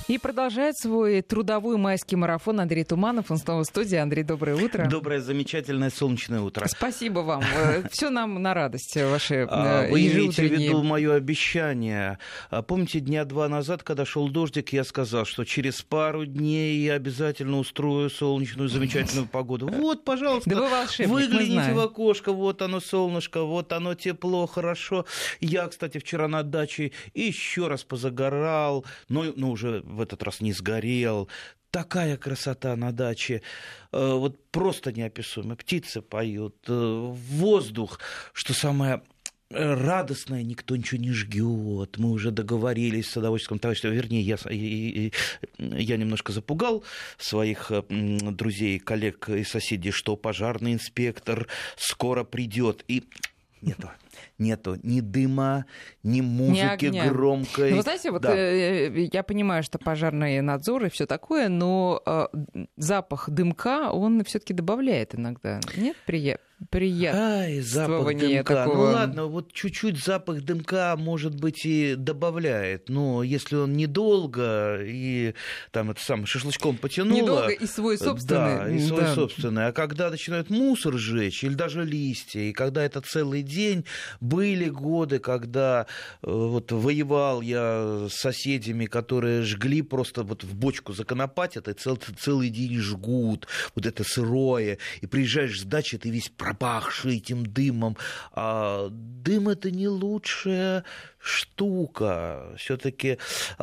И продолжает свой трудовой майский марафон Андрей Туманов. Он снова в студии. Андрей, доброе утро. Доброе, замечательное солнечное утро. Спасибо вам. Все нам на радость, ваши Вы имеете в ежеутренние. виду мое обещание. Помните, дня 2 назад, когда шел дождик, я сказал, что через пару дней я обязательно устрою солнечную замечательную погоду. Вот, пожалуйста, да вы волшебник, выгляните в окошко, вот оно солнышко, вот оно тепло, хорошо. Я, кстати, вчера на даче еще раз позагорал, но уже в этот раз не сгорел. Такая красота на даче, вот просто неописуемо. Птицы поют, воздух, что самое радостное, никто ничего не жгет. Мы уже договорились с садоводческим товариществом. Вернее, я немножко запугал своих друзей, коллег и соседей, что пожарный инспектор скоро придет. И нету ни дыма, ни музыки громкой. Ну, вы знаете, вот я понимаю, что пожарный надзор и все такое, но запах дымка, он все-таки добавляет иногда. Нет? Запах дымка. Такого. Ну ладно, вот чуть-чуть запах дымка, может быть, и добавляет, но если он недолго и там это самое шашлычком потянуло... Недолго и свой собственный. Да, и свой собственный. А когда начинают мусор сжечь или даже листья, и когда это целый день... Были годы, когда вот воевал я с соседями, которые жгли просто вот в бочку законопатят, и целый день жгут, вот это сырое, и приезжаешь с дачи, ты весь пропахший этим дымом. А дым — это не лучшая штука. Все-таки,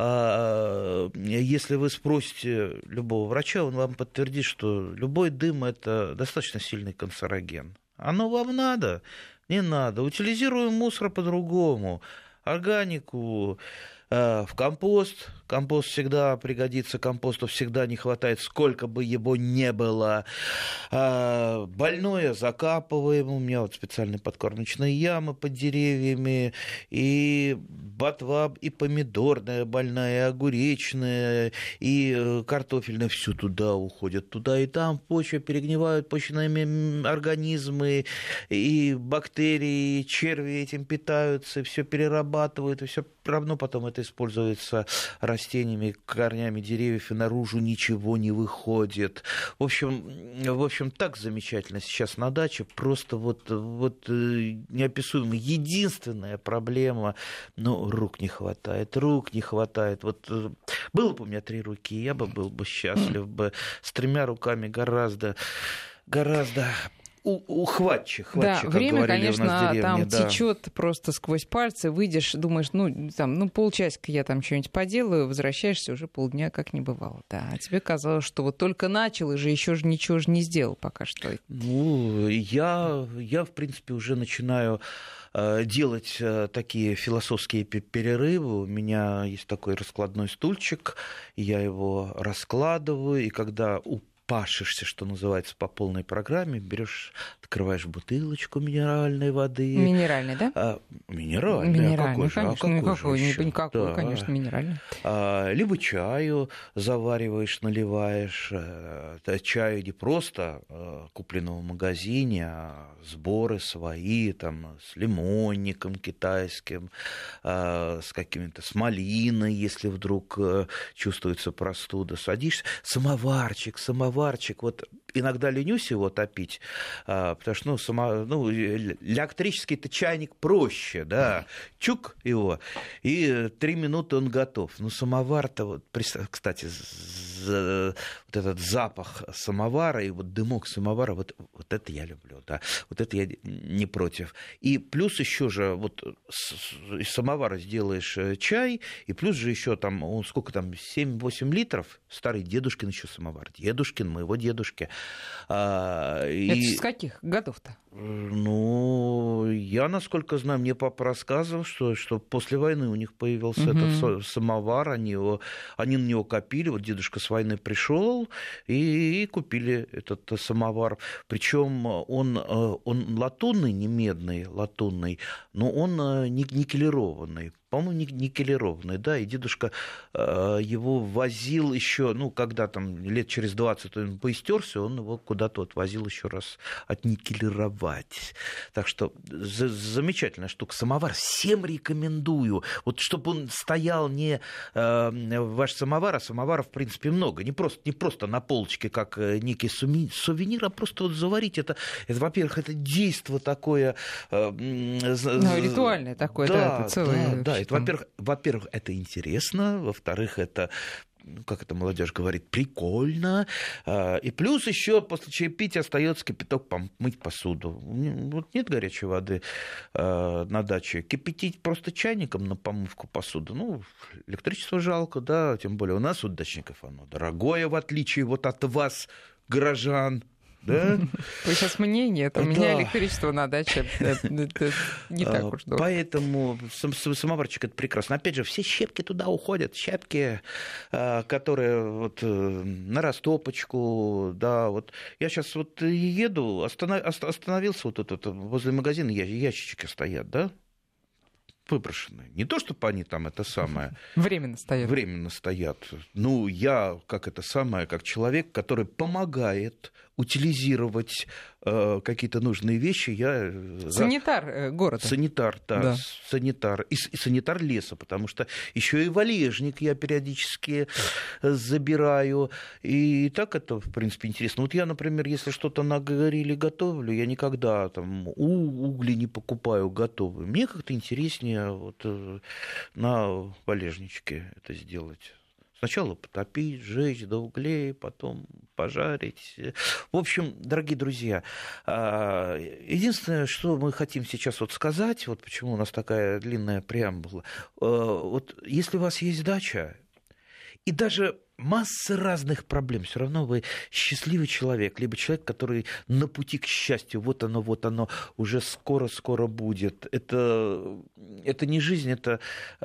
если вы спросите любого врача, он вам подтвердит, что любой дым — это достаточно сильный канцероген. Оно вам надо? Не надо. Утилизируем мусор по-другому. Органику в компост. Компост всегда пригодится, компосту всегда не хватает, сколько бы его ни было. Больное закапываем. У меня вот специальные подкормочные ямы под деревьями. И ботва, и помидорная больная, и огуречная, и картофельная. Все туда уходит. Туда и там в почве перегнивают почвенные организмы, и бактерии, и черви этим питаются, все перерабатывают, и все равно потом это используется растениями, корнями деревьев, и наружу ничего не выходит. В общем, так замечательно сейчас на даче, просто вот неописуемо. Единственная проблема, рук не хватает. Вот было бы у меня 3 руки, я бы был бы счастлив бы. С 3 руками гораздо ухватчик, да, как время, говорили конечно, у нас в деревне, там да. течет просто сквозь пальцы, выйдешь, думаешь, полчасика я там что-нибудь поделаю, возвращаешься, уже полдня как не бывало. Да. А тебе казалось, что вот только начал, и же еще же ничего же не сделал пока что. Я в принципе, уже начинаю делать такие философские перерывы. У меня есть такой раскладной стульчик, я его раскладываю, и когда пашешься, что называется, по полной программе, берешь, открываешь бутылочку минеральной воды. Минеральной, да? Минеральной, Никакой, конечно, минеральной. Либо чаю завариваешь, наливаешь. Чаю не просто купленного в магазине, а сборы свои, там, с лимонником китайским, с какими-то, с малиной, если вдруг чувствуется простуда. Садишься, самоварчик, вот иногда ленюсь его топить, потому что, электрический-то чайник проще, да, чук его, и 3 минуты он готов. Но самовар-то, кстати, вот этот запах самовара и вот дымок самовара, вот это я люблю, да, вот это я не против. И плюс еще же, вот из самовара сделаешь чай, и плюс же еще там, сколько там, 7-8 литров, старый дедушкин еще самовар, моего дедушки. Это с каких годов-то? Я, насколько знаю, мне папа рассказывал, что после войны у них появился этот самовар, они на него копили, вот дедушка с войны пришел и купили этот самовар. Причем он латунный, не медный, латунный, но он никелированный. по-моему, никелированный, да, и дедушка его возил еще, ну, когда там лет через 20 он поистерся, он его куда-то отвозил еще раз отникелировать. Так что замечательная штука. Самовар всем рекомендую. Вот чтобы он стоял не ваш самовар, а самоваров, в принципе, много. Не просто на полочке, как некий сувенир, а просто вот заварить это во-первых, это действо такое... ритуальное такое, да, это целое... Да, это, во-первых, это интересно, во-вторых, это... как это молодежь говорит, прикольно. И плюс еще после чаепития остается кипяток помыть посуду. Вот нет горячей воды на даче. Кипятить просто чайником на помывку посуды. Ну, электричество жалко, да, тем более у нас, у дачников, оно дорогое, в отличие вот от вас, горожан. Да? Вы сейчас мнение, это у меня электричество на даче, это не так уж дорого. Поэтому самоварчик это прекрасно. Опять же, все щепки туда уходят, щепки, которые вот на растопочку, да, вот. Я сейчас вот еду, остановился вот тут возле магазина, ящички стоят, да, выброшенные. Не то, чтобы они там это самое... Временно стоят. Ну, я как человек, который помогает утилизировать какие-то нужные вещи. Я санитар города. Санитар, да. Санитар. И санитар леса, потому что еще и валежник я периодически забираю. И так это, в принципе, интересно. Вот я, например, если что-то на гриле готовлю, я никогда там угли не покупаю готовые. Мне как-то интереснее вот на валежничке это сделать. Сначала потопить, сжечь до углей, потом пожарить. В общем, дорогие друзья, единственное, что мы хотим сейчас вот сказать, вот почему у нас такая длинная преамбула, вот если у вас есть дача, и даже масса разных проблем, все равно вы счастливый человек, либо человек, который на пути к счастью, вот оно уже скоро будет. Это не жизнь, это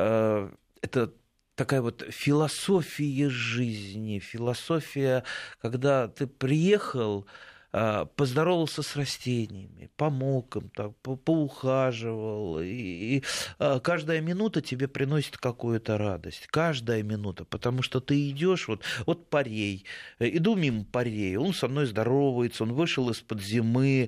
такая вот философия жизни, философия, когда ты приехал, поздоровался с растениями, помог им, так, поухаживал, и каждая минута тебе приносит какую-то радость, каждая минута, потому что ты идешь, вот парей, иду мимо парей, он со мной здоровается, он вышел из-под зимы,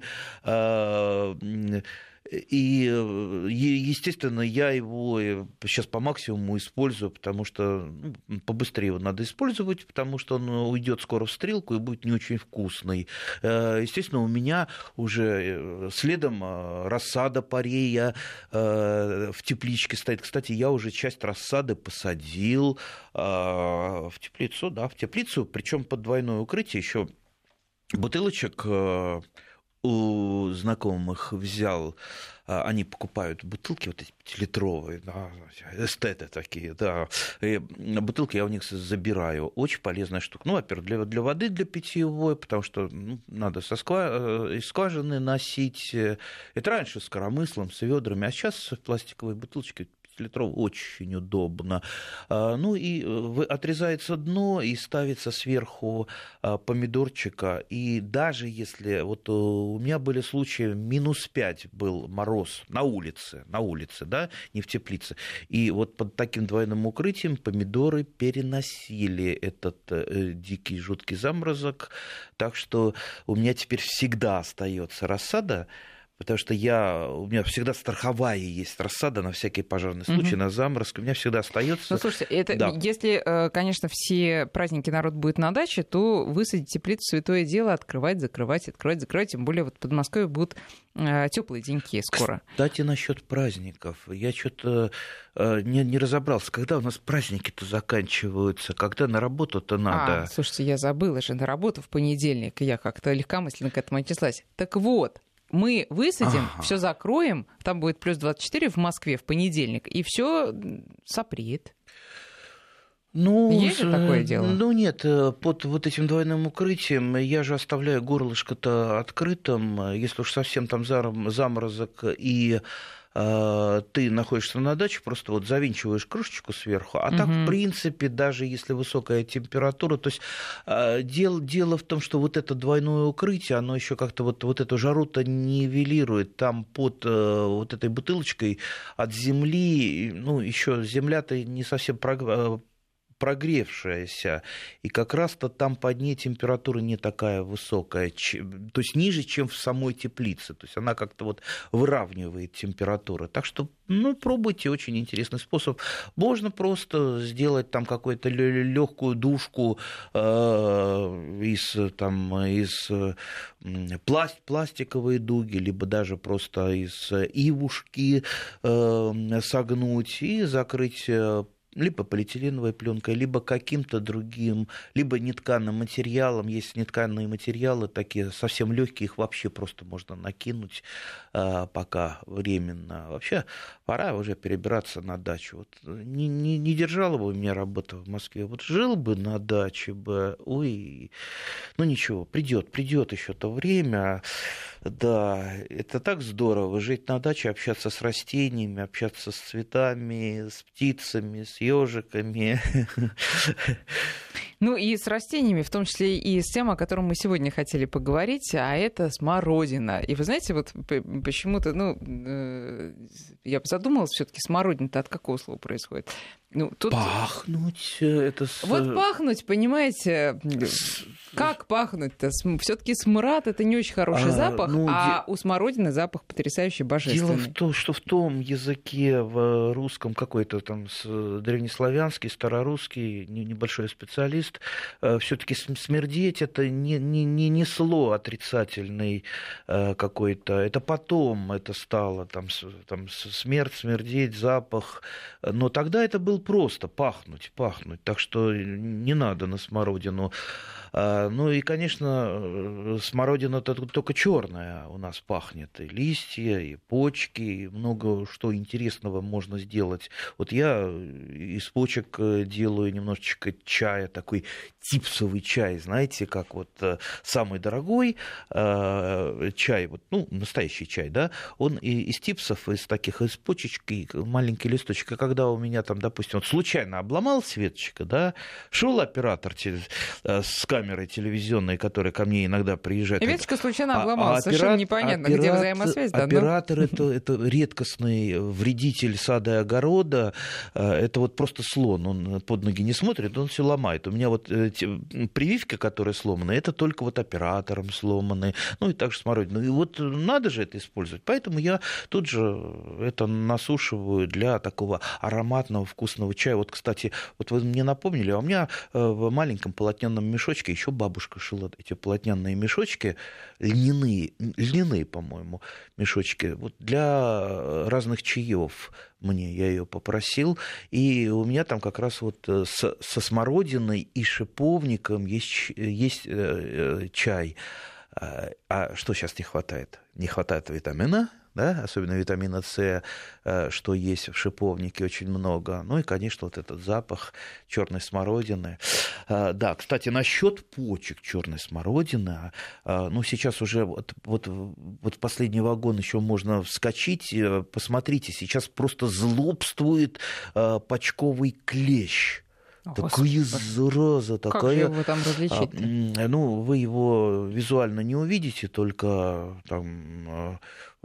и, естественно, я его сейчас по максимуму использую, потому что побыстрее его надо использовать, потому что он уйдет скоро в стрелку и будет не очень вкусный. Естественно, у меня уже следом рассада парея в тепличке стоит. Кстати, я уже часть рассады посадил в теплицу, причем под двойное укрытие, еще бутылочек у знакомых взял, они покупают бутылки вот эти 5-литровые, да, эстеты такие, да, и бутылки я у них забираю. Очень полезная штука. Ну, во-первых, для воды, для питьевой, потому что надо из скважины носить. Это раньше с коромыслом, с ведрами, а сейчас в пластиковой бутылочке 5-литровый очень удобно. Ну и отрезается дно и ставится сверху помидорчика. И даже если... Вот у меня были случаи, -5 был мороз на улице, да, не в теплице. И вот под таким двойным укрытием помидоры переносили этот дикий, жуткий заморозок. Так что у меня теперь всегда остается рассада, потому что у меня всегда страховая есть рассада на всякий пожарный случай, на заморозки. У меня всегда остается. Ну, слушайте, если, конечно, все праздники народ будет на даче, то высадить теплицу — святое дело, открывать, закрывать. Тем более вот в Подмосковье будут теплые деньки скоро. Кстати, насчет праздников. Я что-то не разобрался, когда у нас праздники-то заканчиваются, когда на работу-то надо. Слушайте, я забыла же, на работу в понедельник. Я как-то легкомысленно к этому отнеслась. Так вот, мы высадим, все закроем, там будет плюс 24 в Москве в понедельник, и все сопреет. Есть же такое дело? Ну нет, под вот этим двойным укрытием я же оставляю горлышко-то открытым, если уж совсем там заморозок и ты находишься на даче, просто вот завинчиваешь крышечку сверху, а так, в принципе, даже если высокая температура, то есть дело в том, что вот это двойное укрытие, оно еще как-то вот эту жару-то нивелирует, там под вот этой бутылочкой от земли, ну, еще земля-то не совсем прогревшаяся, и как раз-то там под ней температура не такая высокая, то есть ниже, чем в самой теплице, то есть она как-то вот выравнивает температуру. Так что, ну, пробуйте, очень интересный способ. Можно просто сделать там какую-то легкую душку из пластиковой дуги, либо даже просто из ивушки согнуть и закрыть либо полиэтиленовой пленкой, либо каким-то другим, либо нетканым материалом. Есть нетканые материалы, такие совсем легкие, их вообще просто можно накинуть пока временно. Вообще пора уже перебираться на дачу. Вот не держала бы меня работа в Москве. Вот жил бы на даче бы, ой, ну ничего, придет еще то время. Да, это так здорово, жить на даче, общаться с растениями, общаться с цветами, с птицами, с ежиками. Ну и с растениями, в том числе и с тем, о котором мы сегодня хотели поговорить, а это смородина. И вы знаете, вот почему-то, я бы задумалась, все-таки смородина-то от какого слова происходит? Тут... Пахнуть это... Вот пахнуть, понимаете, как пахнуть-то? Все-таки смрад — это не очень хороший запах, у смородины запах потрясающий, божественный. Дело в том, что в том языке, в русском, какой-то там древнеславянский, старорусский, небольшой специалист, все-таки смердеть — это не несло отрицательный какой-то, это потом это стало, там смерть, смердеть, запах, но тогда это был просто пахнуть, так что не надо на смородину. Ну и, конечно, смородина-то только черная у нас пахнет, и листья, и почки, и много что интересного можно сделать. Вот я из почек делаю немножечко чая, такой типсовый чай, знаете, как вот самый дорогой чай, вот, настоящий чай, да, он из типсов, из почечки, маленький листочек, и когда у меня там, допустим, вот случайно обломал светочка, да, шел оператор с камерой телевизионной, которая ко мне иногда приезжает. Веточка случайно обломалась, совершенно непонятно, где взаимосвязь. Оператор это редкостный вредитель сада и огорода, это вот просто слон, он под ноги не смотрит, он все ломает. У меня вот прививки, которые сломаны, это только вот оператором сломаны, и также смородина. И вот надо же это использовать, поэтому я тут же это насушиваю для такого ароматного вкусного чая. Вот, кстати, вот вы мне напомнили, а у меня в маленьком полотняном мешочке еще бабушка шила эти полотняные мешочки, льняные, по-моему, мешочки, вот для разных чаев. Я ее попросил, и у меня там как раз вот со смородиной и шиповником есть чай. А что сейчас не хватает? Не хватает витамина, да, особенно витамина С, что есть в шиповнике очень много. Ну и, конечно, вот этот запах черной смородины. Да, кстати, насчет почек черной смородины, сейчас уже вот в последний вагон еще можно вскочить. Посмотрите, сейчас просто злобствует почковый клещ. Такая зараза, такая. Как же его там различить-то? Вы его визуально не увидите, только там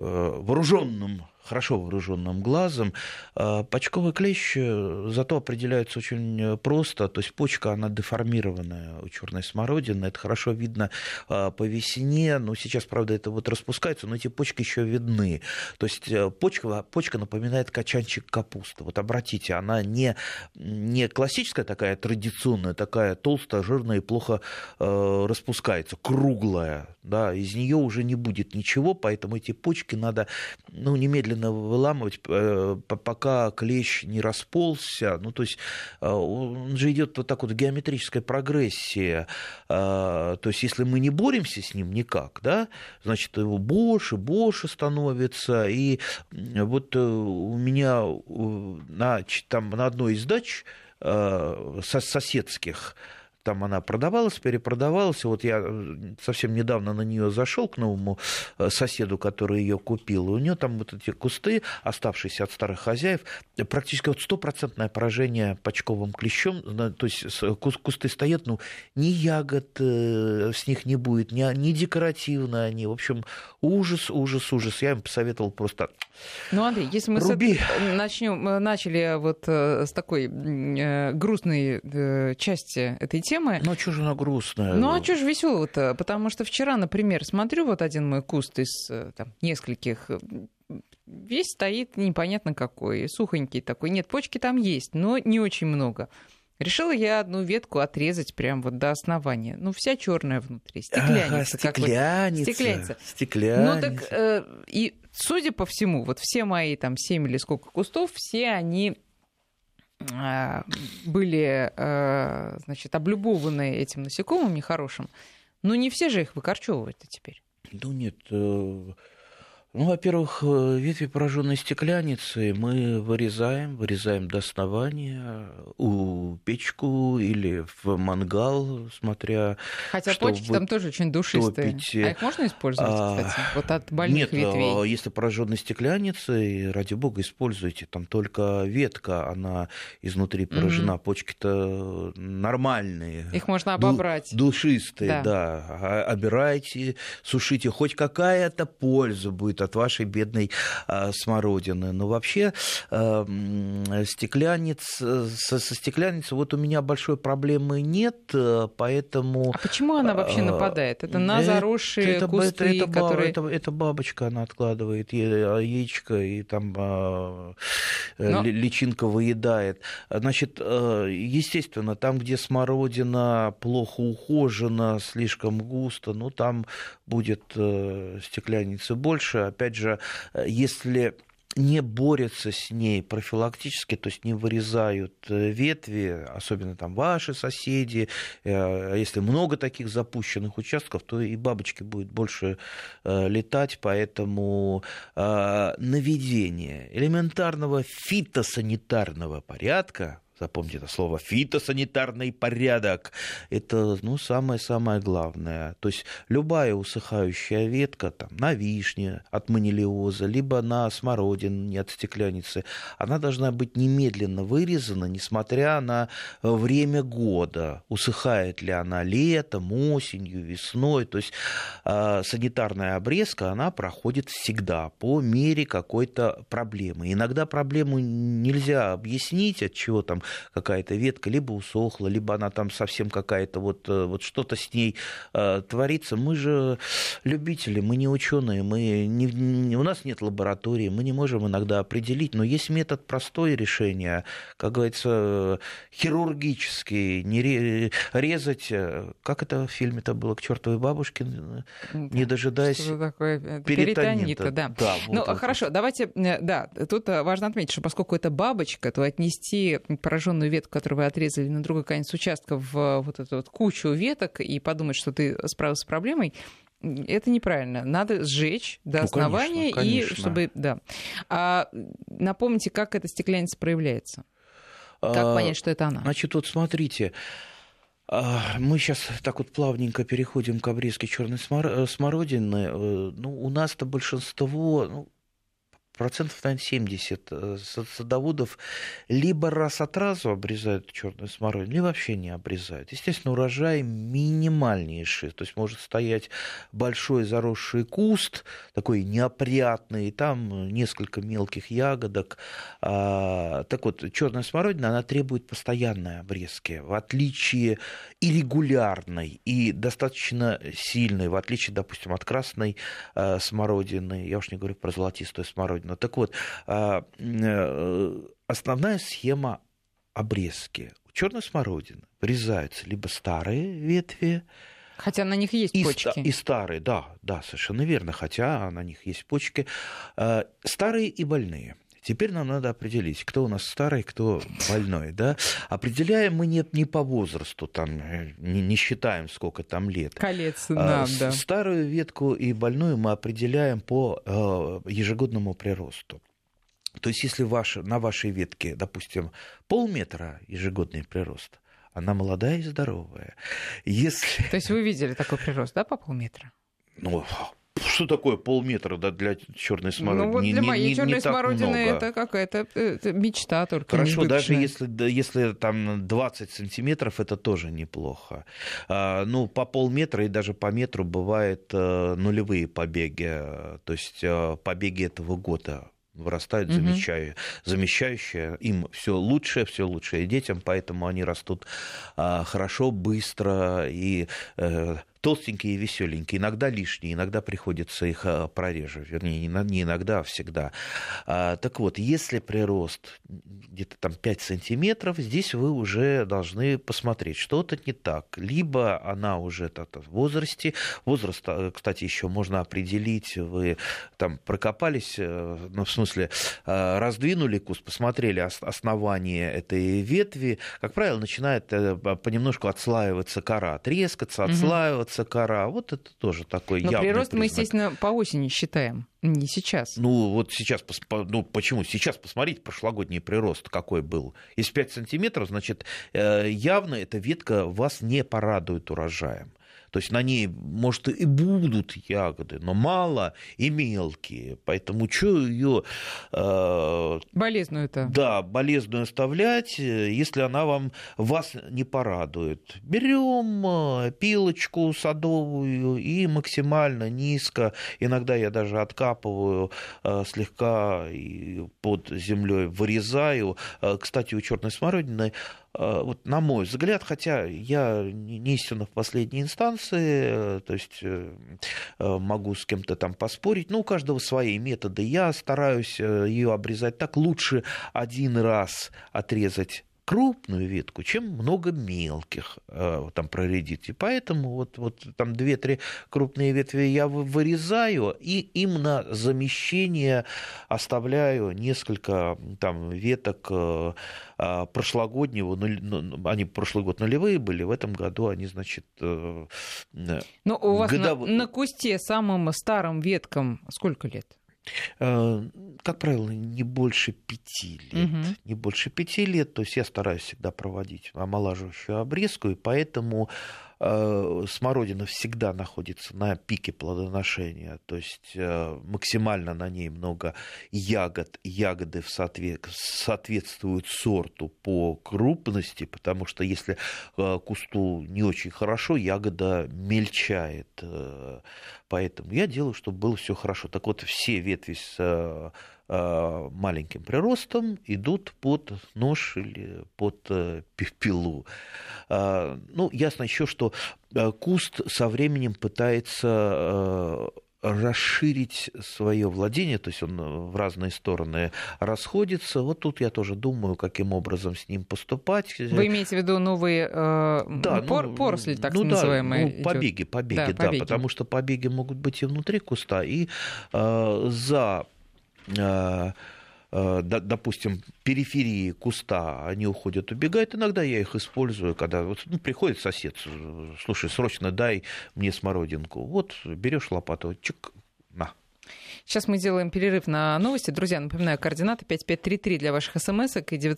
хорошо вооруженным глазом. Почковый клещ зато определяется очень просто, то есть почка, она деформированная у черной смородины, это хорошо видно по весне, сейчас, правда, это вот распускается, но эти почки еще видны. То есть почка напоминает качанчик капусты. Вот обратите, она не классическая такая традиционная, такая толстая, жирная и плохо распускается, круглая, да, из нее уже не будет ничего, поэтому эти почки надо немедленно выламывать, пока клещ не расползся. То есть он же идет вот так вот в геометрической прогрессии. То есть если мы не боремся с ним никак, да, значит, его больше становится. И вот у меня на одной из дач соседских там она продавалась, перепродавалась. Вот я совсем недавно на нее зашел к новому соседу, который ее купил. И у нее там вот эти кусты, оставшиеся от старых хозяев, практически вот 100% поражение почковым клещом. То есть кусты стоят, ну, ни ягод с них не будет, ни декоративно они. В общем, ужас. Я им посоветовал просто Ну, Андрей, если мы начали вот с такой грустной части этой темы. Ну, а что же она грустная? Ну, а что же веселого-то? Потому что вчера, например, смотрю, вот один мой куст из там, нескольких, весь стоит непонятно какой, сухонький такой. Нет, почки там есть, но не очень много. Решила я одну ветку отрезать прям вот до основания. Ну, вся черная внутри, стекляница. Стекляница. Ну, так, и, судя по всему, вот все мои там 7 или сколько кустов, все они были, значит, облюбованы этим насекомым нехорошим. Но не все же их выкорчевывают-то теперь. Ну, нет. Ну, во-первых, ветви, пораженные стекляницей, мы вырезаем до основания у печку или в мангал, смотря Хотя что почки там тоже очень душистые. топите. А их можно использовать, кстати, вот от больных ветвей? Нет, если пораженные стекляницей, ради бога, используйте. Там только ветка, она изнутри поражена. Почки-то нормальные. Их можно обобрать. Душистые, да. Обирайте, сушите. Хоть какая-то польза будет от вашей бедной смородины. Но вообще со стекляницей вот у меня большой проблемы нет, поэтому... А почему она вообще нападает? Это на заросшие кусты, которые... Это бабочка, она откладывает яичко, и там личинка выедает. Значит, естественно, там, где смородина плохо ухожена, слишком густо, ну, там будет стекляницы больше. Опять же, если не борются с ней профилактически, то есть не вырезают ветви, особенно там ваши соседи, если много таких запущенных участков, то и бабочки будет больше летать, поэтому наведение элементарного фитосанитарного порядка, запомните это слово, фитосанитарный порядок, это, ну, самое-самое главное. То есть любая усыхающая ветка там, на вишне от манилиоза, либо на смородине от стекляницы, она должна быть немедленно вырезана, несмотря на время года. Усыхает ли она летом, осенью, весной. То есть санитарная обрезка, она проходит всегда по мере какой-то проблемы. Иногда проблему нельзя объяснить, от чего там какая-то ветка либо усохла, либо она там совсем какая-то вот что-то с ней творится. Мы же любители, мы не ученые, у нас нет лаборатории, мы не можем иногда определить, но есть метод простое решения, как говорится, хирургический, не резать, как это в фильме-то было, к чертовой бабушке, не дожидаясь перитонита. Да. Ну, хорошо, давайте, да, тут важно отметить, что поскольку это бабочка, то отнести пораженную ветку, которую вы отрезали на другой конец участка, в вот эту вот кучу веток и подумать, что ты справился с проблемой, это неправильно. Надо сжечь до основания, конечно. И чтобы... Да. А напомните, как эта стекляница проявляется? Как понять, что это она? Значит, вот смотрите, мы сейчас так вот плавненько переходим к обрезке черной смородины. Ну, у нас-то большинство... процентов, наверное, 70 садоводов либо раз от разу обрезают черную смородину, либо вообще не обрезают. Естественно, урожай минимальнейший. То есть может стоять большой заросший куст, такой неопрятный, и там несколько мелких ягодок. Так вот, черная смородина, она требует постоянной обрезки, в отличие и регулярной, и достаточно сильной, в отличие, допустим, от красной смородины. Я уж не говорю про золотистую смородину. Так вот, основная схема обрезки. У черной смородины вырезаются либо старые ветви, хотя на них есть почки. И старые, да, совершенно верно, хотя на них есть почки. Старые и больные. Теперь нам надо определить, кто у нас старый, кто больной. Да? Определяем мы не по возрасту, там, не считаем, сколько там лет. Колец нам, да. Старую ветку и больную мы определяем по ежегодному приросту. То есть если на вашей ветке, допустим, полметра ежегодный прирост, она молодая и здоровая. Если... То есть вы видели такой прирост, да, по полметра? Ну, что такое полметра, да, для черной смородины? Ну, вот для моей черной смородины много. это какая-то мечта только. Хорошо, даже если там 20 сантиметров, это тоже неплохо. Ну, по полметра и даже по метру бывают нулевые побеги, то есть побеги этого года вырастают замещающие им все лучшее и детям, поэтому они растут хорошо, быстро и толстенькие и веселенькие, иногда лишние, иногда приходится их прореживать, вернее, не иногда, а всегда. Так вот, если прирост где-то там 5 сантиметров, здесь вы уже должны посмотреть, что-то не так. Либо она уже в возрасте, возраст, кстати, еще можно определить, вы там прокопались, ну, в смысле, раздвинули куст, посмотрели основание этой ветви, как правило, начинает понемножку отслаиваться кора, трескаться, отслаиваться кора. Вот это тоже такой явный признак. Но прирост мы, естественно, по осени считаем, не сейчас. Ну, вот сейчас, ну, почему? Сейчас посмотрите прошлогодний прирост, какой был. Если 5 сантиметров, значит, явно эта ветка вас не порадует урожаем. То есть на ней, может, и будут ягоды, но мало и мелкие. Поэтому что ее... болезненную-то. Да, болезненную оставлять, если она вас не порадует. Берем пилочку садовую и максимально низко. Иногда я даже откапываю слегка и под землей вырезаю. Кстати, у черной смородины, вот на мой взгляд, хотя я не истинно в последней инстанции, то есть могу с кем-то там поспорить, но у каждого свои методы. Я стараюсь ее обрезать так, лучше один раз отрезать крупную ветку, чем много мелких там проредить. И поэтому вот там 2-3 крупные ветви я вырезаю, и им на замещение оставляю несколько там веток прошлогоднего, они прошлый год нулевые были, в этом году они, значит... Ну, у вас на кусте самым старым веткам сколько лет? Как правило, не больше 5 лет. Не больше 5 лет. То есть я стараюсь всегда проводить омолаживающую обрезку, и поэтому смородина всегда находится на пике плодоношения. То есть максимально на ней много ягод. Ягоды соответствуют сорту по крупности, потому что если кусту не очень хорошо, ягода мельчает. Поэтому я делаю, чтобы было все хорошо. Так вот, все ветви с маленьким приростом идут под нож или под пилу. Ну, ясно еще, что куст со временем пытается расширить свое владение, то есть он в разные стороны расходится. Вот тут я тоже думаю, каким образом с ним поступать. Вы имеете в виду новые поросли, так называемые? Да, побеги, да, потому что побеги могут быть и внутри куста, и за... допустим, периферии куста, они уходят, убегают. Иногда я их использую, когда приходит сосед, слушай, срочно дай мне смородинку. Вот берешь лопату, чик, на. Сейчас мы делаем перерыв на новости. Друзья, напоминаю, координаты 5533 для ваших смс-ок и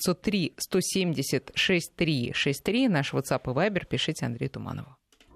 903-170-6363. Наш WhatsApp и Viber. Пишите Андрею Туманову.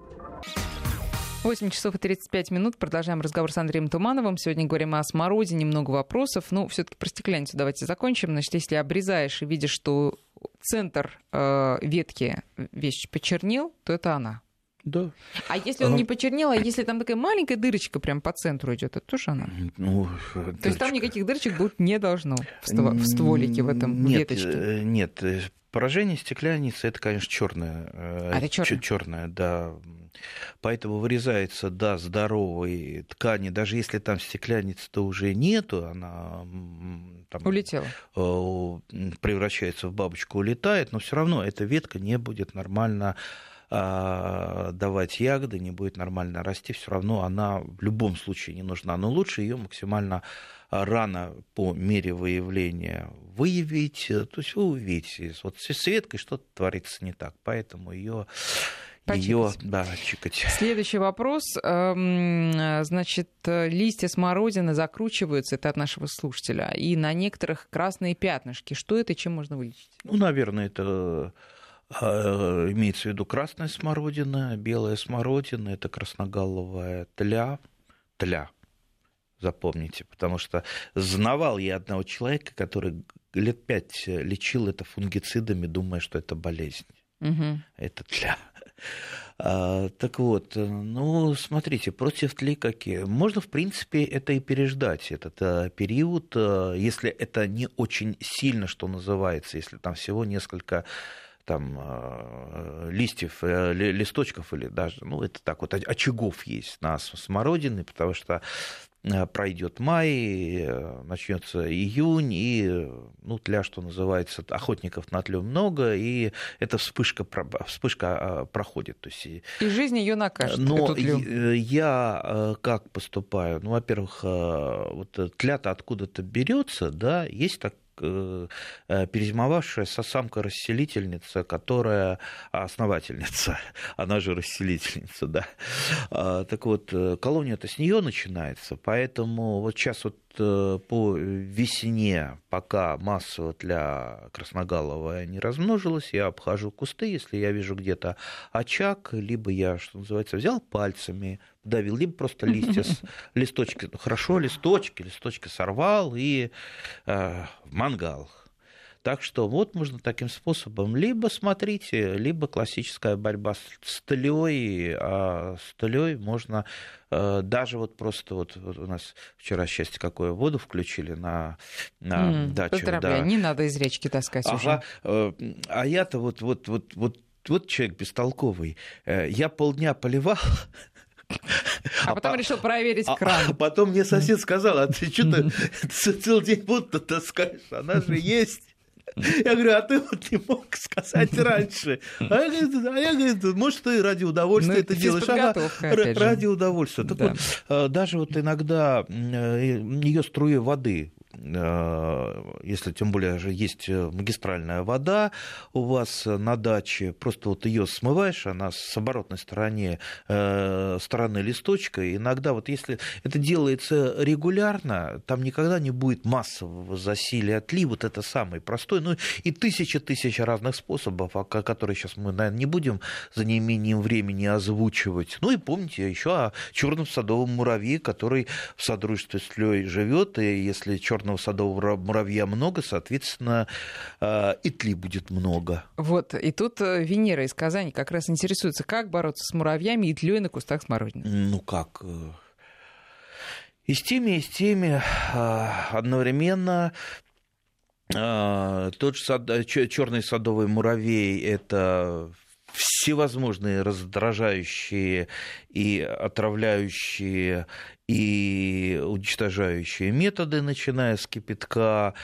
8 часов и 35 минут. Продолжаем разговор с Андреем Тумановым. Сегодня говорим о смородине, много вопросов. Ну, все-таки про стекляницу давайте закончим. Значит, если обрезаешь и видишь, что центр ветки весь почернел, то это она. Да. А если он не почернел, а если там такая маленькая дырочка прям по центру идет, это тоже она? Ну, то есть там никаких дырочек быть не должно в стволике, в этом веточке? Нет. Поражение стекляницы — это, конечно, черная, да. Поэтому вырезается, да, здоровой ткани, даже если там стекляницы-то уже нету, она там, улетела, превращается в бабочку, улетает, но все равно эта ветка не будет нормально давать ягоды, не будет нормально расти, все равно она в любом случае не нужна. Но лучше ее максимально рано по мере выявления выявить. То есть вы увидите, вот с веткой что-то творится не так, поэтому ее чикать. Следующий вопрос. Значит, листья смородины закручиваются, это от нашего слушателя, и на некоторых красные пятнышки. Что это и чем можно вылечить? Ну, наверное, это Имеется в виду красная смородина, белая смородина, это красноголовая тля, запомните, потому что знавал я одного человека, который лет 5 лечил это фунгицидами, думая, что это болезнь. Угу. Это тля. Так вот, ну, смотрите, против тли какие? Можно, в принципе, это и переждать, этот период, если это не очень сильно, что называется, если там всего несколько там листьев, листочков или даже, ну, это так вот, очагов есть на смородины, потому что пройдет май, начнется июнь, и, ну, тля, что называется, охотников на тлю много, и эта вспышка проходит. То есть, и жизнь ее накажет, но эту тлю. Я как поступаю? Ну, во-первых, вот тля-то откуда-то берется, да, есть так перезимовавшая самка-расселительница, которая основательница, она же расселительница, да. Так вот, колония-то с нее начинается, поэтому вот сейчас вот по весне, пока массово тля красноголовая не размножилась, я обхожу кусты, если я вижу где-то очаг, либо я, что называется, взял пальцами, давил, либо просто листья, листочки, хорошо, листочки сорвал и в мангал. Так что вот можно таким способом. Либо смотрите, либо классическая борьба с тлей, а с тлей можно даже вот просто вот у нас вчера, счастье какое, воду включили на дачу. Поздравляю, да. Не надо из речки таскать уже. А я-то вот человек бестолковый. Я полдня поливал. А потом решил проверить кран. А потом мне сосед сказал: а ты что-то целый день воду таскаешь, она же есть. Я говорю: а ты вот не мог сказать раньше. А я говорю: может, ты ради удовольствия это делаешь? Ради удовольствия. Так вот, даже вот иногда ее струи воды, если тем более же есть магистральная вода у вас на даче, просто вот ее смываешь, она с оборотной стороны листочка. Иногда вот если это делается регулярно, там никогда не будет массового засилия тли, вот это самый простой. Ну и тысячи разных способов, которые сейчас мы, наверное, не будем за неимением времени озвучивать. Ну и помните еще о черном садовом муравье, который в содружестве с тлей живет, и если черного садового муравья много, соответственно, и тли будет много. Вот, и тут Венера из Казани как раз интересуется, как бороться с муравьями и тлей на кустах смородины. Ну как? И с теми одновременно. Тот же черный садовый муравей — это всевозможные раздражающие и отравляющие и уничтожающие методы, начиная с кипятка,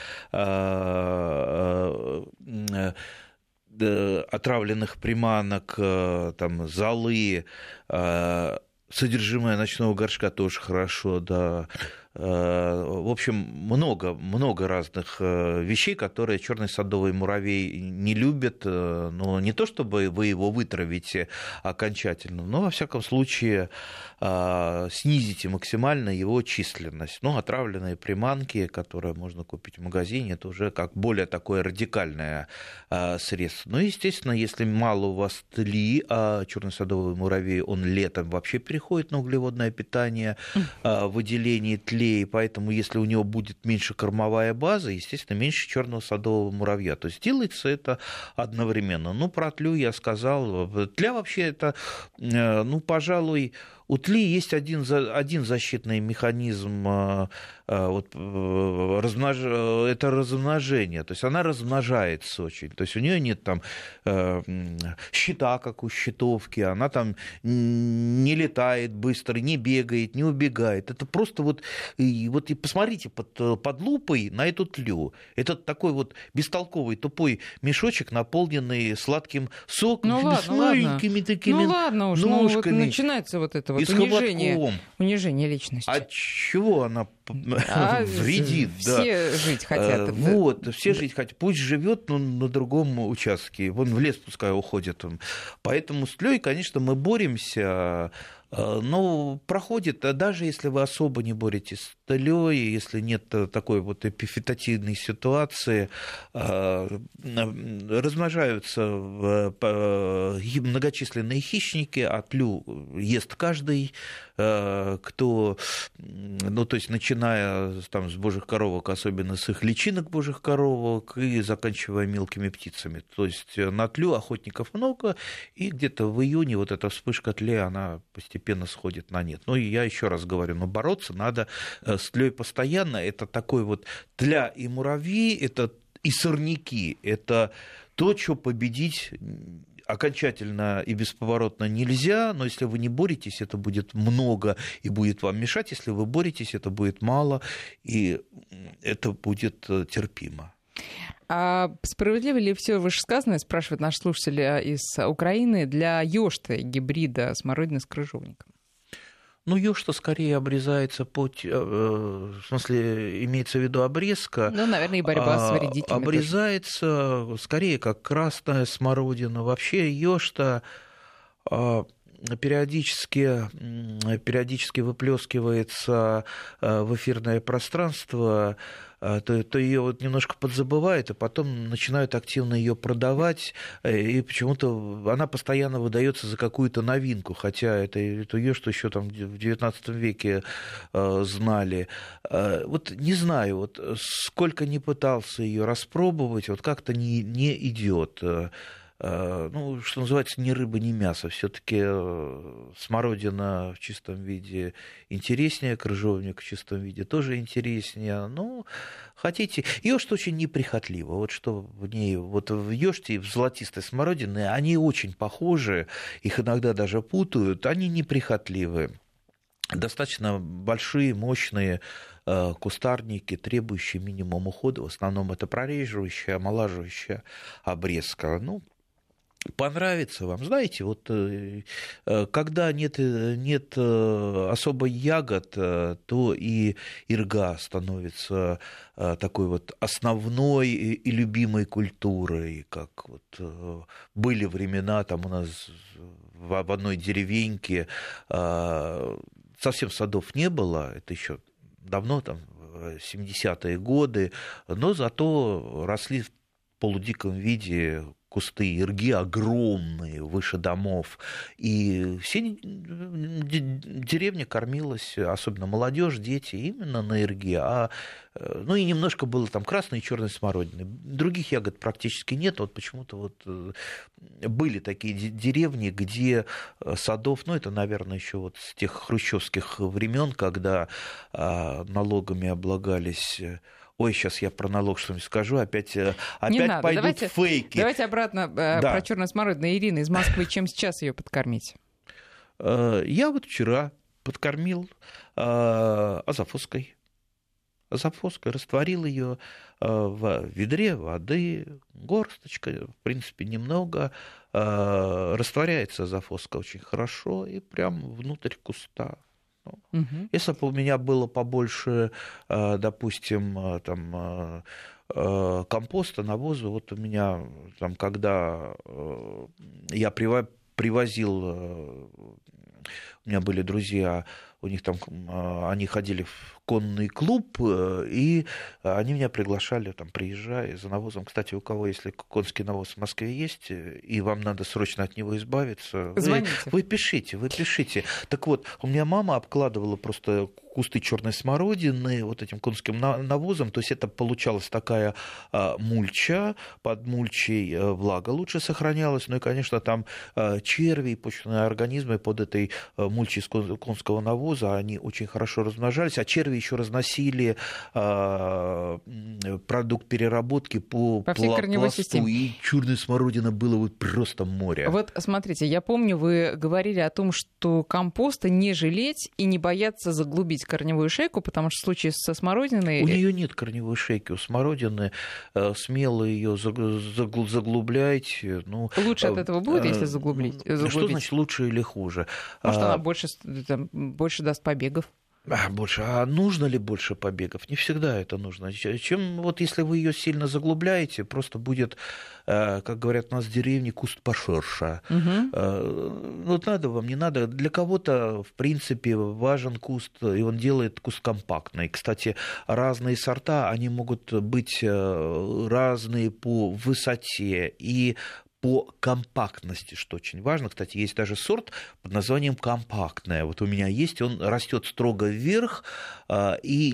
отравленных приманок, там, золы, содержимое ночного горшка тоже хорошо, да. В общем, много разных вещей, которые черный садовый муравей не любит, но не то чтобы вы его вытравите окончательно, но во всяком случае снизите максимально его численность. Ну, отравленные приманки, которые можно купить в магазине, это уже как более такое радикальное средство. Ну, естественно, если мало у вас тли, а черный садовый муравей, он летом вообще переходит на углеводное питание, выделение тлей, поэтому если у него будет меньше кормовая база, естественно, меньше черного садового муравья. То есть делается это одновременно. Ну, про тлю я сказал. Тля вообще это, ну, пожалуй, у тли есть один защитный механизм, это размножение, то есть она размножается очень, то есть у нее нет там щита, как у щитовки, она там не летает быстро, не бегает, не убегает, это просто вот и посмотрите под лупой на эту тлю, это такой вот бестолковый тупой мешочек, наполненный сладким соком, с маленькими такими ножками. Начинается вот это вот унижение личности. От чего она вредит? Все жить хотят. Все жить хотят. Пусть живет, но на другом участке. Вон в лес пускай уходит. Поэтому с тлей, конечно, мы боремся. Но проходит, даже если вы особо не боретесь с тлей, если нет такой вот эпифитативной ситуации, размножаются многочисленные хищники, а тлю ест каждый, кто, ну, то есть, начиная там, с божьих коровок, особенно с их личинок божьих коровок, и заканчивая мелкими птицами. То есть, на тлю охотников много, и где-то в июне вот эта вспышка тли, она постепенно сходит на нет. Ну, и я еще раз говорю, но бороться надо с тлей постоянно. Это такой вот тля и муравьи, это и сорняки, это то, что победить окончательно и бесповоротно нельзя, но если вы не боретесь, это будет много и будет вам мешать. Если вы боретесь, это будет мало, и это будет терпимо. А справедливо ли все вышесказанное, спрашивает наш слушатель из Украины, для ёшты гибрида смородины с крыжовником? Ну, ёшта скорее обрезается в смысле, имеется в виду обрезка. Ну, наверное, и борьба с вредителями. Обрезается тоже, скорее, как красная смородина. Вообще ёшта периодически выплескивается в эфирное пространство, то ее вот немножко подзабывают, а потом начинают активно ее продавать, и почему-то она постоянно выдается за какую-то новинку, хотя эту ёшту еще там в XIX веке знали. Вот не знаю, вот сколько не пытался ее распробовать, вот как-то не идет. Ну, что называется, ни рыба, ни мясо. Все-таки смородина в чистом виде интереснее, крыжовник в чистом виде тоже интереснее. Ну, хотите. Ёшта очень неприхотлива. Вот что в ней, вот в ёште и в золотистой смородине, они очень похожи, их иногда даже путают, они неприхотливы. Достаточно большие, мощные кустарники, требующие минимум ухода. В основном это прореживающая, омолаживающая обрезка. Ну, понравится вам. Знаете, вот когда нет особо ягод, то и ирга становится такой вот основной и любимой культурой, как вот были времена там у нас в одной деревеньке, совсем садов не было, это еще давно, там, 70-е годы, но зато росли в полудиком виде кусты ирги огромные, выше домов. И все деревня кормилась, особенно молодежь, дети, именно на ирге. Ну и немножко было там красной и черной смородины. Других ягод практически нет. Вот почему-то вот были такие деревни, где садов, ну это, наверное, еще вот с тех хрущевских времен, когда налогами облагались. Ой, сейчас я про налог что-нибудь скажу, опять пойдут фейки. Давайте обратно про черную смородину. Ирина из Москвы, чем сейчас ее подкормить? Я вот вчера подкормил азофоской. Растворил ее в ведре воды, горсточка, в принципе, немного. Растворяется азофоска очень хорошо и прям внутрь куста. Если бы у меня было побольше, допустим, там, компоста, навоза, вот у меня, там, когда я привозил, у меня были друзья, у них там, они ходили в конный клуб, и они меня приглашали, там, приезжай за навозом. Кстати, у кого, если конский навоз в Москве есть, и вам надо срочно от него избавиться, вы пишите. Так вот, у меня мама обкладывала просто кусты черной смородины вот этим конским навозом, то есть это получалась такая мульча, под мульчей влага лучше сохранялась, ну и, конечно, там черви и почвенные организмы под этой мульчей конского навоза, они очень хорошо размножались, а черви еще разносили продукт переработки по всей корневой системе. И черной смородины было вот просто море. Вот смотрите, я помню, вы говорили о том, что компоста не жалеть и не бояться заглубить корневую шейку, потому что в случае со смородиной... У нее нет корневой шейки, у смородины смело ее заглубляйте. Ну, лучше от этого будет, если заглубить? Что значит лучше или хуже? Может, она больше даст побегов? Больше. А нужно ли больше побегов? Не всегда это нужно. Чем вот если вы ее сильно заглубляете, просто будет, как говорят у нас в деревне, куст поширше. Вот надо вам, не надо. Для кого-то, в принципе, важен куст, и он делает куст компактный. Кстати, разные сорта, они могут быть разные по высоте и по компактности, что очень важно. Кстати, есть даже сорт под названием компактная. Вот у меня есть, он растет строго вверх и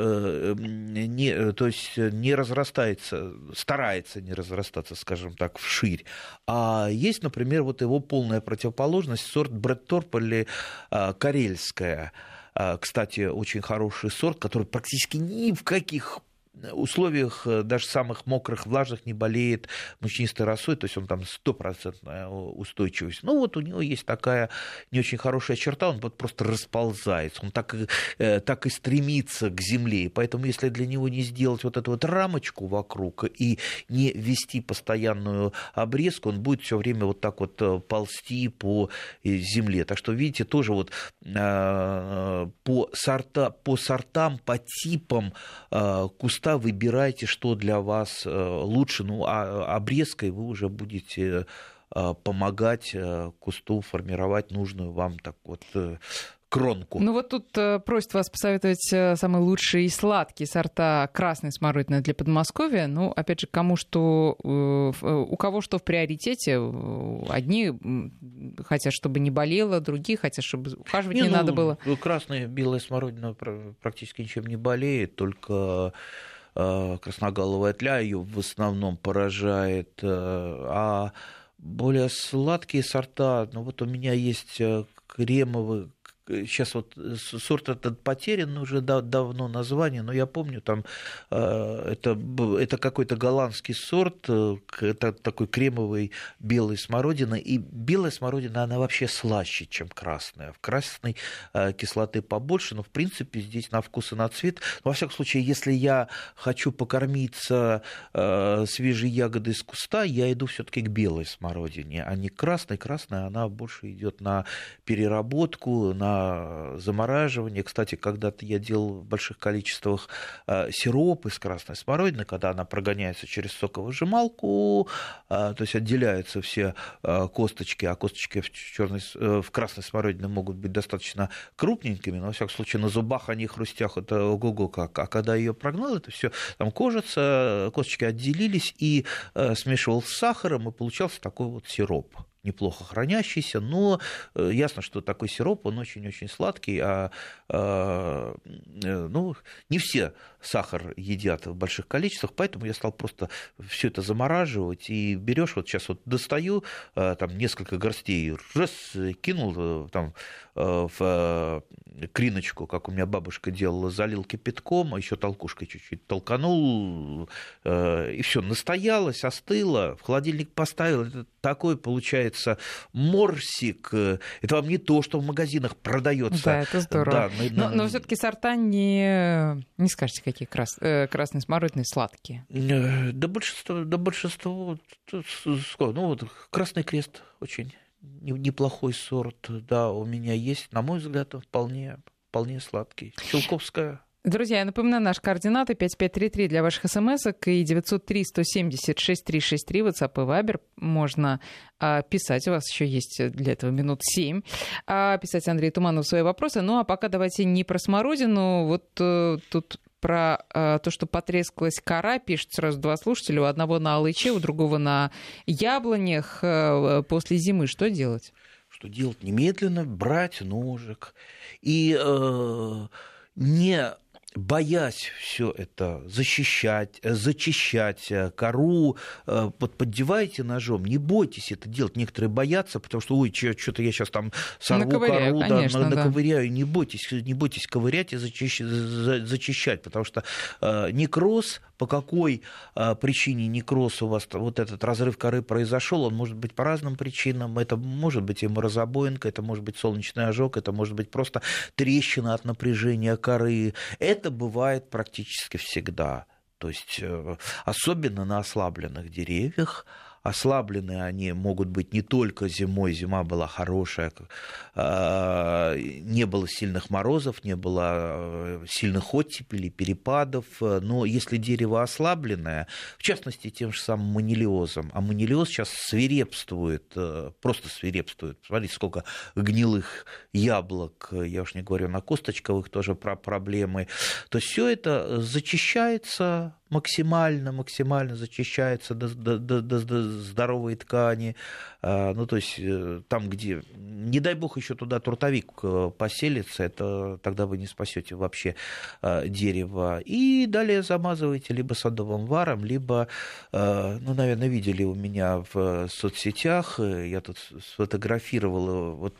то есть не разрастается, старается не разрастаться, скажем так, вширь. А есть, например, вот его полная противоположность, сорт Брэдторп или карельская. Кстати, очень хороший сорт, который практически ни в каких условиях, даже самых мокрых, влажных, не болеет мучнистой росой, то есть он там 100% устойчивость. Ну вот у него есть такая не очень хорошая черта, он вот просто расползается, он так и стремится к земле, и поэтому если для него не сделать вот эту вот рамочку вокруг и не вести постоянную обрезку, он будет все время вот так вот ползти по земле. Так что, видите, тоже вот по сортам, по типам куста выбирайте, что для вас лучше, ну, а обрезкой вы уже будете помогать кусту формировать нужную вам так вот кронку. Ну вот тут просят вас посоветовать самые лучшие и сладкие сорта красной смородины для Подмосковья. Ну, опять же, у кого что в приоритете. Одни хотят, чтобы не болело, другие хотят, чтобы ухаживать не надо было. Красная, белая смородина практически ничем не болеет, только красноголовая тля ее в основном поражает, а более сладкие сорта, ну вот у меня есть кремовый, сейчас вот сорт этот потерян уже давно название, но я помню, там это какой-то голландский сорт, это такой кремовый белой смородины, и белая смородина, она вообще слаще, чем красная. В красной кислоты побольше, но в принципе здесь на вкус и на цвет. Но, во всяком случае, если я хочу покормиться свежей ягодой из куста, я иду все-таки к белой смородине, а не к красной. Красная, она больше идет на переработку, на замораживание. Кстати, когда-то я делал в больших количествах сироп из красной смородины, когда она прогоняется через соковыжималку, то есть отделяются все косточки, а косточки в красной смородине могут быть достаточно крупненькими, но, во всяком случае, на зубах они хрустят, это ого-го как. А когда ее прогнал, это все там косточки отделились, и смешивал с сахаром, и получался такой вот сироп. Неплохо хранящийся, но ясно, что такой сироп, он очень-очень сладкий, ну, не все сахар едят в больших количествах, поэтому я стал просто все это замораживать, и берешь, вот сейчас вот достаю, там несколько горстей, раз, кинул там в криночку, как у меня бабушка делала, залил кипятком, а еще толкушкой чуть-чуть толканул, и все, настоялось, остыло, в холодильник поставил, это такой получается морсик, это вам не то, что в магазинах продается. Да, это здорово. Да, но все-таки сорта не скажете, какие красные смородины сладкие. Да большинство, ну вот Красный Крест очень неплохой сорт, да, у меня есть, на мой взгляд, он вполне сладкий. Челковская. Друзья, я напоминаю, наши координаты 5533 для ваших смс-ок и 903-170-6363, WhatsApp и Viber. Можно писать, у вас еще есть для этого минут 7, писать Андрею Туманову свои вопросы. Ну а пока давайте не про смородину, вот тут про то, что потрескалась кора, пишут сразу два слушателя, у одного на алыче, у другого на яблонях после зимы. Что делать? Что делать? Немедленно брать ножик и не боясь все это зачищать кору, поддевайте ножом, не бойтесь это делать. Некоторые боятся, потому что, ой, что-то я сейчас там сорву кору, конечно, наковыряю. Да. Не бойтесь ковырять и зачищать, потому что некроз, по какой причине некроз у вас, вот этот разрыв коры произошел, он может быть по разным причинам. Это может быть и морозобоинка, это может быть солнечный ожог, это может быть просто трещина от напряжения коры. Это бывает практически всегда. То есть особенно на ослабленных деревьях, ослаблены они могут быть не только зимой, зима была хорошая, не было сильных морозов, не было сильных оттепелей, перепадов, но если дерево ослабленное, в частности, тем же самым манилиозом, а манилиоз сейчас свирепствует, просто свирепствует, смотрите, сколько гнилых яблок, я уж не говорю на косточковых, тоже про проблемы, то все это зачищается максимально зачищается до здоровой ткани. Ну, то есть там, где, не дай бог, еще туда трутовик поселится, это тогда вы не спасете вообще дерево. И далее замазываете либо садовым варом, либо, ну, наверное, видели у меня в соцсетях, я тут сфотографировал, вот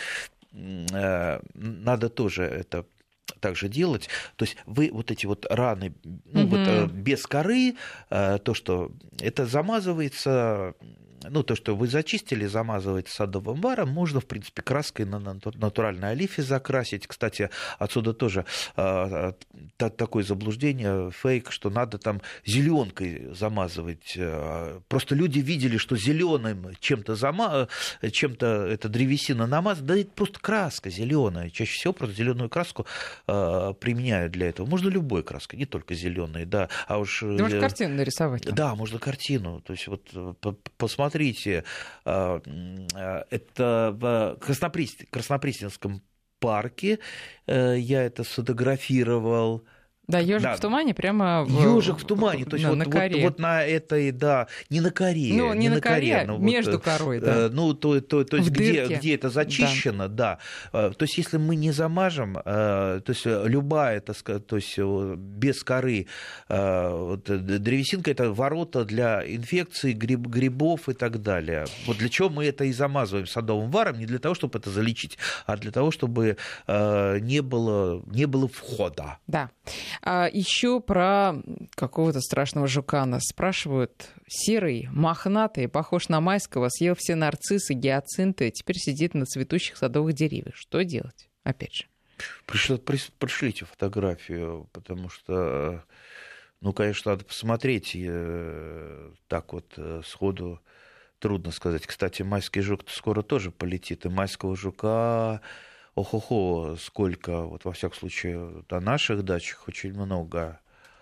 надо тоже это также делать. То есть вы вот эти вот раны, ну, вот, без коры, то, что это замазывается, ну, то, что вы зачистили, замазываете садовым варом, можно, в принципе, краской на натуральной олифе закрасить. Кстати, отсюда тоже такое заблуждение, фейк, что надо там зеленкой замазывать. Просто люди видели, что зеленым чем-то эта древесина намазана, да это просто краска зеленая. Чаще всего просто зеленую краску применяют для этого. Можно любой краской, не только зеленой, да. А уж... Да, можно картину нарисовать. Да, можно картину. То есть вот посмотрите, это в Краснопресненском парке я это сфотографировал. Да, ежик в тумане прямо ежик в тумане, то есть на коре. Вот на этой, да, не на коре, ну, не на коре, но между вот, корой, да. Ну, то есть где это зачищено, да. То есть если мы не замажем, то есть любая, то есть без коры, вот, древесинка — это ворота для инфекций, грибов и так далее. Вот для чего мы это и замазываем садовым варом, не для того, чтобы это залечить, а для того, чтобы не было входа. Да. Еще про какого-то страшного жука нас спрашивают. Серый, мохнатый, похож на майского, съел все нарциссы, гиацинты, теперь сидит на цветущих садовых деревьях. Что делать? Опять же. Пришлите фотографию, потому что, ну, конечно, надо посмотреть. Так вот сходу трудно сказать. Кстати, майский жук скоро тоже полетит, и майского жука... Ох-охо, сколько, вот во всяком случае, на наших дачах очень много.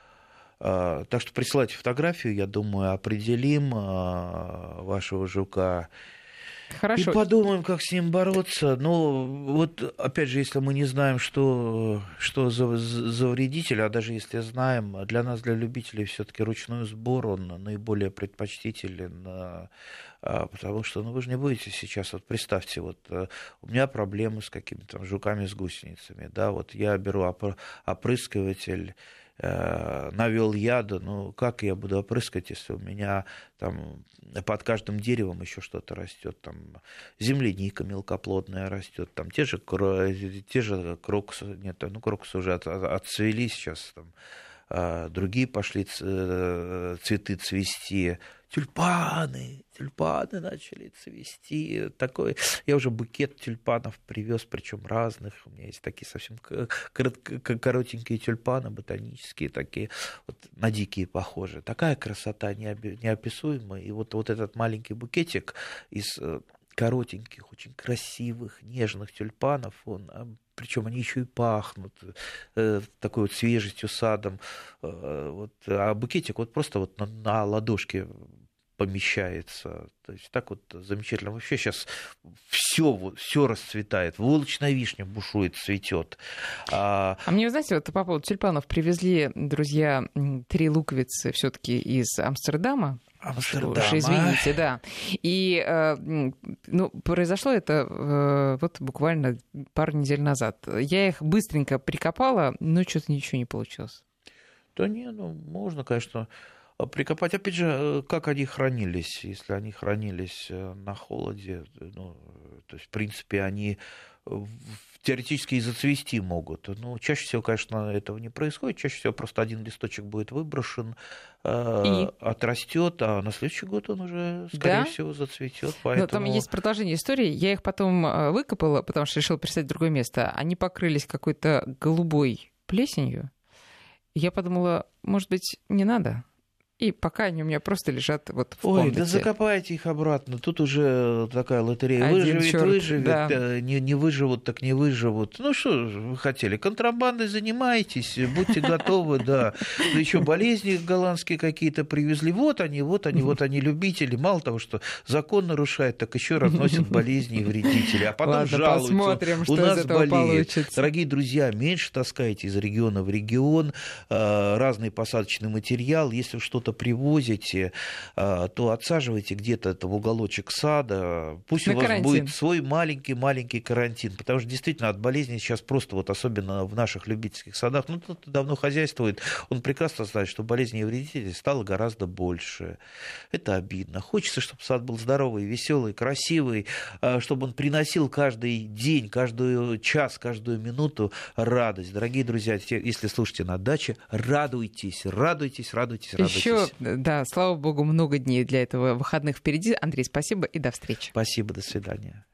Так что присылайте фотографию, я думаю, определим вашего жука. Хорошо. И подумаем, как с ним бороться. Но вот, опять же, если мы не знаем, что за вредитель, а даже если знаем, для нас, для любителей, все-таки ручной сбор, он наиболее предпочтителен. Потому что, ну, вы же не будете сейчас, вот представьте, вот у меня проблемы с какими-то там жуками с гусеницами, да, вот я беру опрыскиватель, навел яда, ну, как я буду опрыскать, если у меня там под каждым деревом еще что-то растет, там земляника мелкоплодная растет, там те же крокусы, нет, ну, крокусы уже отцвели сейчас, там другие пошли цветы цвести, тюльпаны начали цвести. Такой, я уже букет тюльпанов привез, причем разных. У меня есть такие совсем коротенькие тюльпаны, ботанические, такие вот на дикие похожие. Такая красота неописуемая. И вот этот маленький букетик из коротеньких, очень красивых, нежных тюльпанов, причем они еще и пахнут такой вот свежестью, садом. Вот, а букетик вот просто вот на ладошке помещается. То есть так вот замечательно. Вообще сейчас все расцветает. Волочная вишня бушует, цветет. А мне, знаете, вот по поводу тюльпанов привезли, друзья, 3 луковицы все-таки из Амстердама. Уж извините, да. И ну, произошло это вот буквально пару недель назад. Я их быстренько прикопала, но что-то ничего не получилось. Да не, ну можно, конечно, прикопать. Опять же, как они хранились? Если они хранились на холоде, ну, то есть, в принципе, они теоретически и зацвести могут. Но чаще всего, конечно, этого не происходит. Чаще всего просто один листочек будет выброшен, отрастет, а на следующий год он уже, скорее всего, зацветет. Поэтому... Но там есть продолжение истории. Я их потом выкопала, потому что решила переставить в другое место. Они покрылись какой-то голубой плесенью. Я подумала, может быть, не надо. и пока они у меня просто лежат вот в Ой, комнате. да закопайте их обратно. Тут уже такая лотерея. Один Выживет, чёрт, выживет. да. Не выживут, так не выживут. Ну, что вы хотели? Контрабандой занимаетесь, будьте готовы, да. Да еще болезни голландские какие-то привезли. Вот они, любители. Мало того, что закон нарушают, так еще разносят болезни и вредители. А потом Ладно, жалуются. посмотрим, что у нас из этого болеет. получится. Дорогие друзья, меньше таскайте из региона в регион разный посадочный материал. Если что-то привозите, то отсаживайте где-то это в уголочек сада. Пусть у вас будет свой маленький карантин. Потому что действительно от болезни сейчас просто, вот особенно в наших любительских садах, ну, кто-то давно хозяйствует, он прекрасно знает, что болезней и вредителей стало гораздо больше. Это обидно. Хочется, чтобы сад был здоровый, веселый, красивый, чтобы он приносил каждый день, каждый час, каждую минуту радость. Дорогие друзья, если слушаете на даче, радуйтесь. Еще, да, слава богу, много дней для этого выходных впереди. Андрей, спасибо и до встречи. Спасибо, до свидания.